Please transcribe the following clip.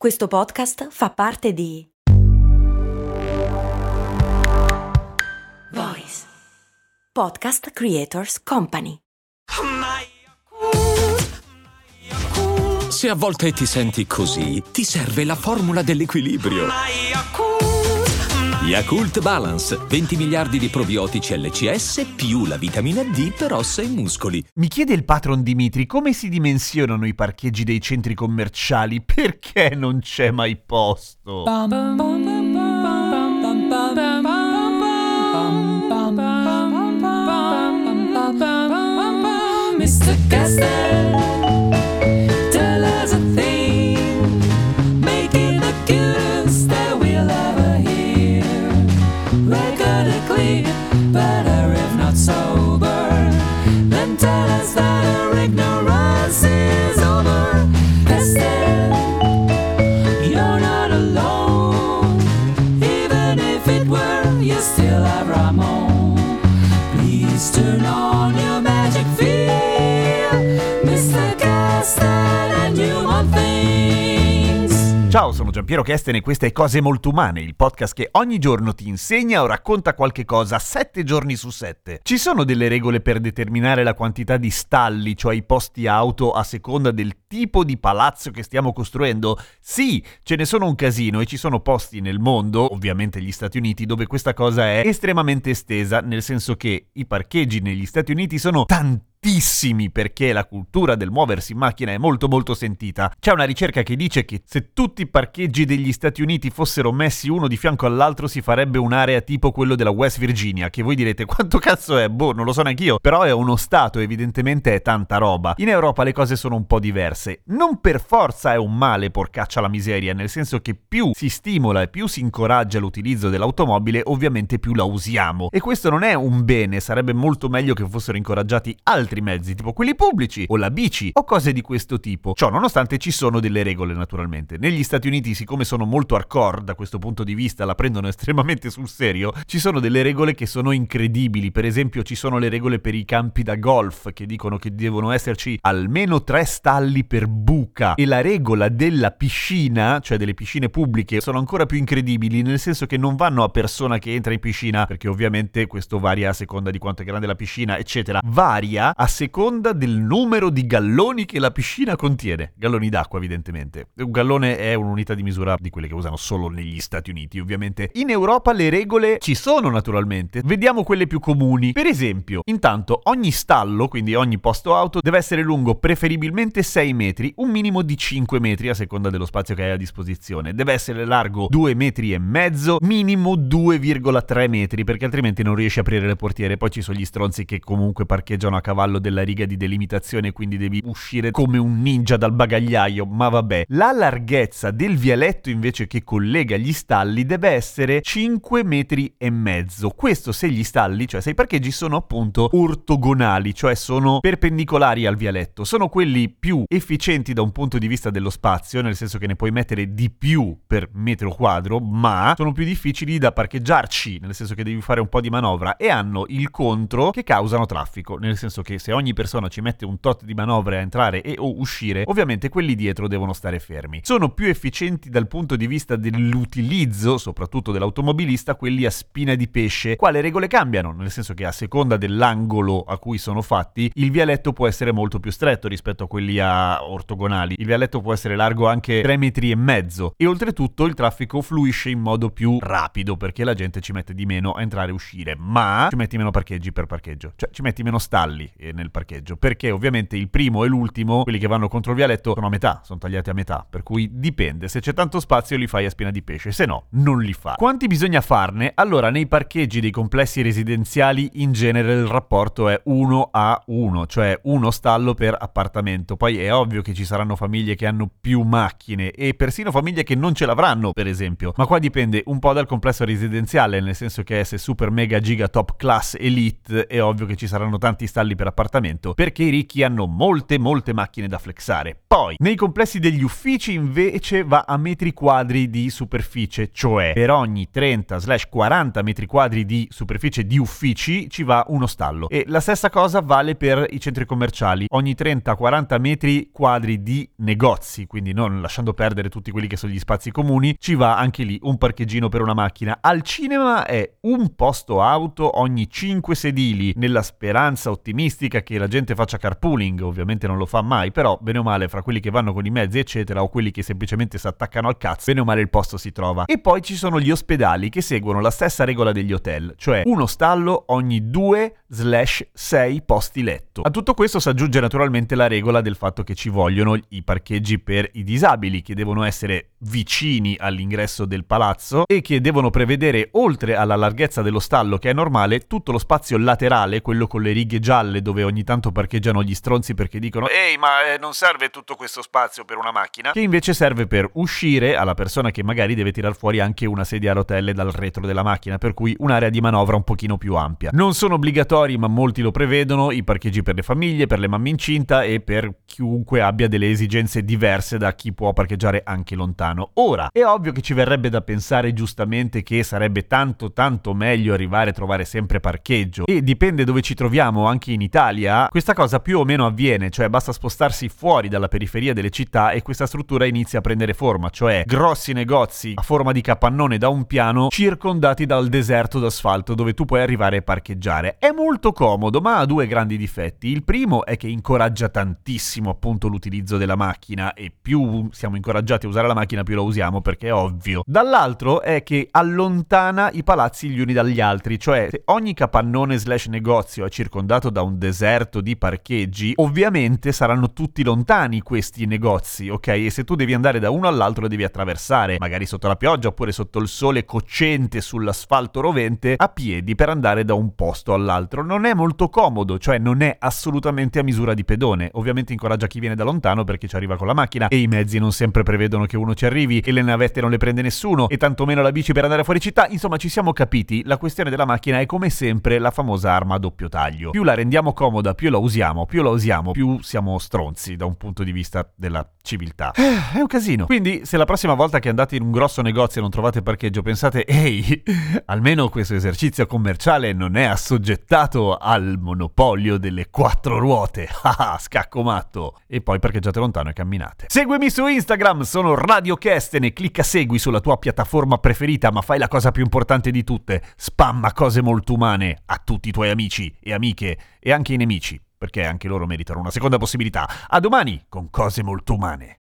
Questo podcast fa parte di Voice Podcast Creators Company. Se a volte ti senti così, ti serve la formula dell'equilibrio. Yakult Balance, 20 miliardi di probiotici LCS più la vitamina D per ossa e muscoli. Mi chiede il patron Dimitri come si dimensionano i parcheggi dei centri commerciali, perché non c'è mai posto. Mr. Castle, tell us a thing, make it the cutest that we'll ever hear. Record clear, better if not sober, then tell us that our ignorance is over. Castle, you're not alone, even if it were, you still have Ramon. Please turn on your magic field. Ciao, sono Giampiero Kesten e questa è Cose Molto Umane, il podcast che ogni giorno ti insegna o racconta qualche cosa 7 giorni su 7. Ci sono delle regole per determinare la quantità di stalli, cioè i posti auto, a seconda del tipo di palazzo che stiamo costruendo? Sì, ce ne sono un casino e ci sono posti nel mondo, ovviamente gli Stati Uniti, dove questa cosa è estremamente estesa, nel senso che i parcheggi negli Stati Uniti sono tantissimi perché la cultura del muoversi in macchina è molto molto sentita. C'è una ricerca che dice che se tutti i parcheggi degli Stati Uniti fossero messi uno di fianco all'altro si farebbe un'area tipo quello della West Virginia, che voi direte quanto cazzo è? Boh, non lo so neanch'io, però è uno stato, evidentemente è tanta roba. In Europa le cose sono un po' diverse. Non per forza è un male, porcaccia la miseria, nel senso che più si stimola e più si incoraggia l'utilizzo dell'automobile, ovviamente più la usiamo. E questo non è un bene, sarebbe molto meglio che fossero incoraggiati altri mezzi, tipo quelli pubblici, o la bici, o cose di questo tipo. Ciò nonostante ci sono delle regole, naturalmente. Negli Stati Uniti, siccome sono molto hardcore da questo punto di vista, la prendono estremamente sul serio, ci sono delle regole che sono incredibili. Per esempio ci sono le regole per i campi da golf, che dicono che devono esserci almeno 3 stalli per buca, e la regola della piscina, cioè delle piscine pubbliche, sono ancora più incredibili, nel senso che non vanno a persona che entra in piscina, perché ovviamente questo varia a seconda di quanto è grande la piscina, eccetera, varia a seconda del numero di galloni che la piscina contiene. Galloni d'acqua, evidentemente. Un gallone è un'unità di misura di quelle che usano solo negli Stati Uniti, ovviamente. In Europa le regole ci sono, naturalmente. Vediamo quelle più comuni. Per esempio, intanto ogni stallo, quindi ogni posto auto, deve essere lungo preferibilmente 6 metri, un minimo di 5 metri a seconda dello spazio che hai a disposizione. Deve essere largo 2,5 metri, minimo 2,3 metri, perché altrimenti non riesci a aprire le portiere. Poi ci sono gli stronzi che comunque parcheggiano a cavallo della riga di delimitazione, quindi devi uscire come un ninja dal bagagliaio, ma vabbè. La larghezza del vialetto invece che collega gli stalli deve essere 5,5 metri. Questo se gli stalli, cioè se i parcheggi sono appunto ortogonali, cioè sono perpendicolari al vialetto. Sono quelli più efficienti da un punto di vista dello spazio, nel senso che ne puoi mettere di più per metro quadro, ma sono più difficili da parcheggiarci, nel senso che devi fare un po' di manovra, e hanno il contro che causano traffico, nel senso che se ogni persona ci mette un tot di manovre a entrare e o uscire, ovviamente quelli dietro devono stare fermi. Sono più efficienti dal punto di vista dell'utilizzo, soprattutto dell'automobilista, quelli a spina di pesce. Qua le regole cambiano, nel senso che a seconda dell'angolo a cui sono fatti, il vialetto può essere molto più stretto rispetto a quelli a ortogonali. Il vialetto può essere largo anche 3,5 metri e oltretutto il traffico fluisce in modo più rapido, perché la gente ci mette di meno a entrare e uscire, ma ci metti meno parcheggi per parcheggio, cioè ci metti meno stalli nel parcheggio, perché ovviamente il primo e l'ultimo, quelli che vanno contro il vialetto, sono a metà, sono tagliati a metà, per cui dipende, se c'è tanto spazio li fai a spina di pesce, se no non li fa. Quanti bisogna farne? Allora, nei parcheggi dei complessi residenziali in genere il rapporto è 1:1, cioè uno stallo per appartamento. Poi è ovvio che ci saranno famiglie che hanno più macchine e persino famiglie che non ce l'avranno, per esempio, ma qua dipende un po' dal complesso residenziale, nel senso che se super mega giga top class elite è ovvio che ci saranno tanti stalli per dell'appartamento, perché i ricchi hanno molte macchine da flexare. Poi, nei complessi degli uffici invece va a metri quadri di superficie, cioè per ogni 30/40 metri quadri di superficie di uffici ci va uno stallo. E la stessa cosa vale per i centri commerciali. Ogni 30-40 metri quadri di negozi, quindi non lasciando perdere tutti quelli che sono gli spazi comuni, ci va anche lì un parcheggino per una macchina. Al cinema è un posto auto ogni 5 sedili, nella speranza ottimistica che la gente faccia carpooling. Ovviamente non lo fa mai, però bene o male fra quelli che vanno con i mezzi eccetera o quelli che semplicemente si attaccano al cazzo, bene o male il posto si trova. E poi ci sono gli ospedali che seguono la stessa regola degli hotel, cioè uno stallo ogni 2/6 posti letto. A tutto questo si aggiunge naturalmente la regola del fatto che ci vogliono i parcheggi per i disabili, che devono essere vicini all'ingresso del palazzo e che devono prevedere, oltre alla larghezza dello stallo che è normale, tutto lo spazio laterale, quello con le righe gialle dove ogni tanto parcheggiano gli stronzi perché dicono ehi ma non serve tutto questo spazio per una macchina, che invece serve per uscire alla persona che magari deve tirar fuori anche una sedia a rotelle dal retro della macchina, per cui un'area di manovra un pochino più ampia. Non sono obbligatori ma molti lo prevedono, i parcheggi per le famiglie, per le mamme incinta e per chiunque abbia delle esigenze diverse da chi può parcheggiare anche lontano. Ora, è ovvio che ci verrebbe da pensare giustamente che sarebbe tanto meglio arrivare a trovare sempre parcheggio, e dipende dove ci troviamo. Anche in Italia questa cosa più o meno avviene, cioè basta spostarsi fuori dalla periferia delle città e questa struttura inizia a prendere forma, cioè grossi negozi a forma di capannone da un piano circondati dal deserto d'asfalto dove tu puoi arrivare a parcheggiare. È molto comodo ma ha due grandi difetti. Il primo è che incoraggia tantissimo appunto l'utilizzo della macchina, e più siamo incoraggiati a usare la macchina più la usiamo, perché è ovvio. Dall'altro è che allontana i palazzi gli uni dagli altri, cioè se ogni capannone/negozio è circondato da un deserto di parcheggi, ovviamente saranno tutti lontani questi negozi, ok? E se tu devi andare da uno all'altro lo devi attraversare, magari sotto la pioggia oppure sotto il sole cocente sull'asfalto rovente, a piedi per andare da un posto all'altro. Non è molto comodo, cioè non è assolutamente a misura di pedone. Ovviamente incoraggia chi viene da lontano perché ci arriva con la macchina e i mezzi non sempre prevedono che uno ci arrivi e le navette non le prende nessuno e tantomeno la bici per andare fuori città. Insomma, ci siamo capiti, la questione della macchina è come sempre la famosa arma a doppio taglio. Più la rendiamo comoda, più la usiamo, più siamo stronzi da un punto di vista della civiltà. È un casino. Quindi se la prossima volta che andate in un grosso negozio e non trovate parcheggio pensate ehi, almeno questo esercizio commerciale non è assoggettato al monopolio delle 4 ruote. Scacco matto. E poi parcheggiate lontano e camminate. Seguimi su Instagram, sono Radio Kestene, clicca segui sulla tua piattaforma preferita, ma fai la cosa più importante di tutte: spamma cose molto umane a tutti i tuoi amici e amiche e anche i nemici, perché anche loro meritano una seconda possibilità. A domani con cose molto umane.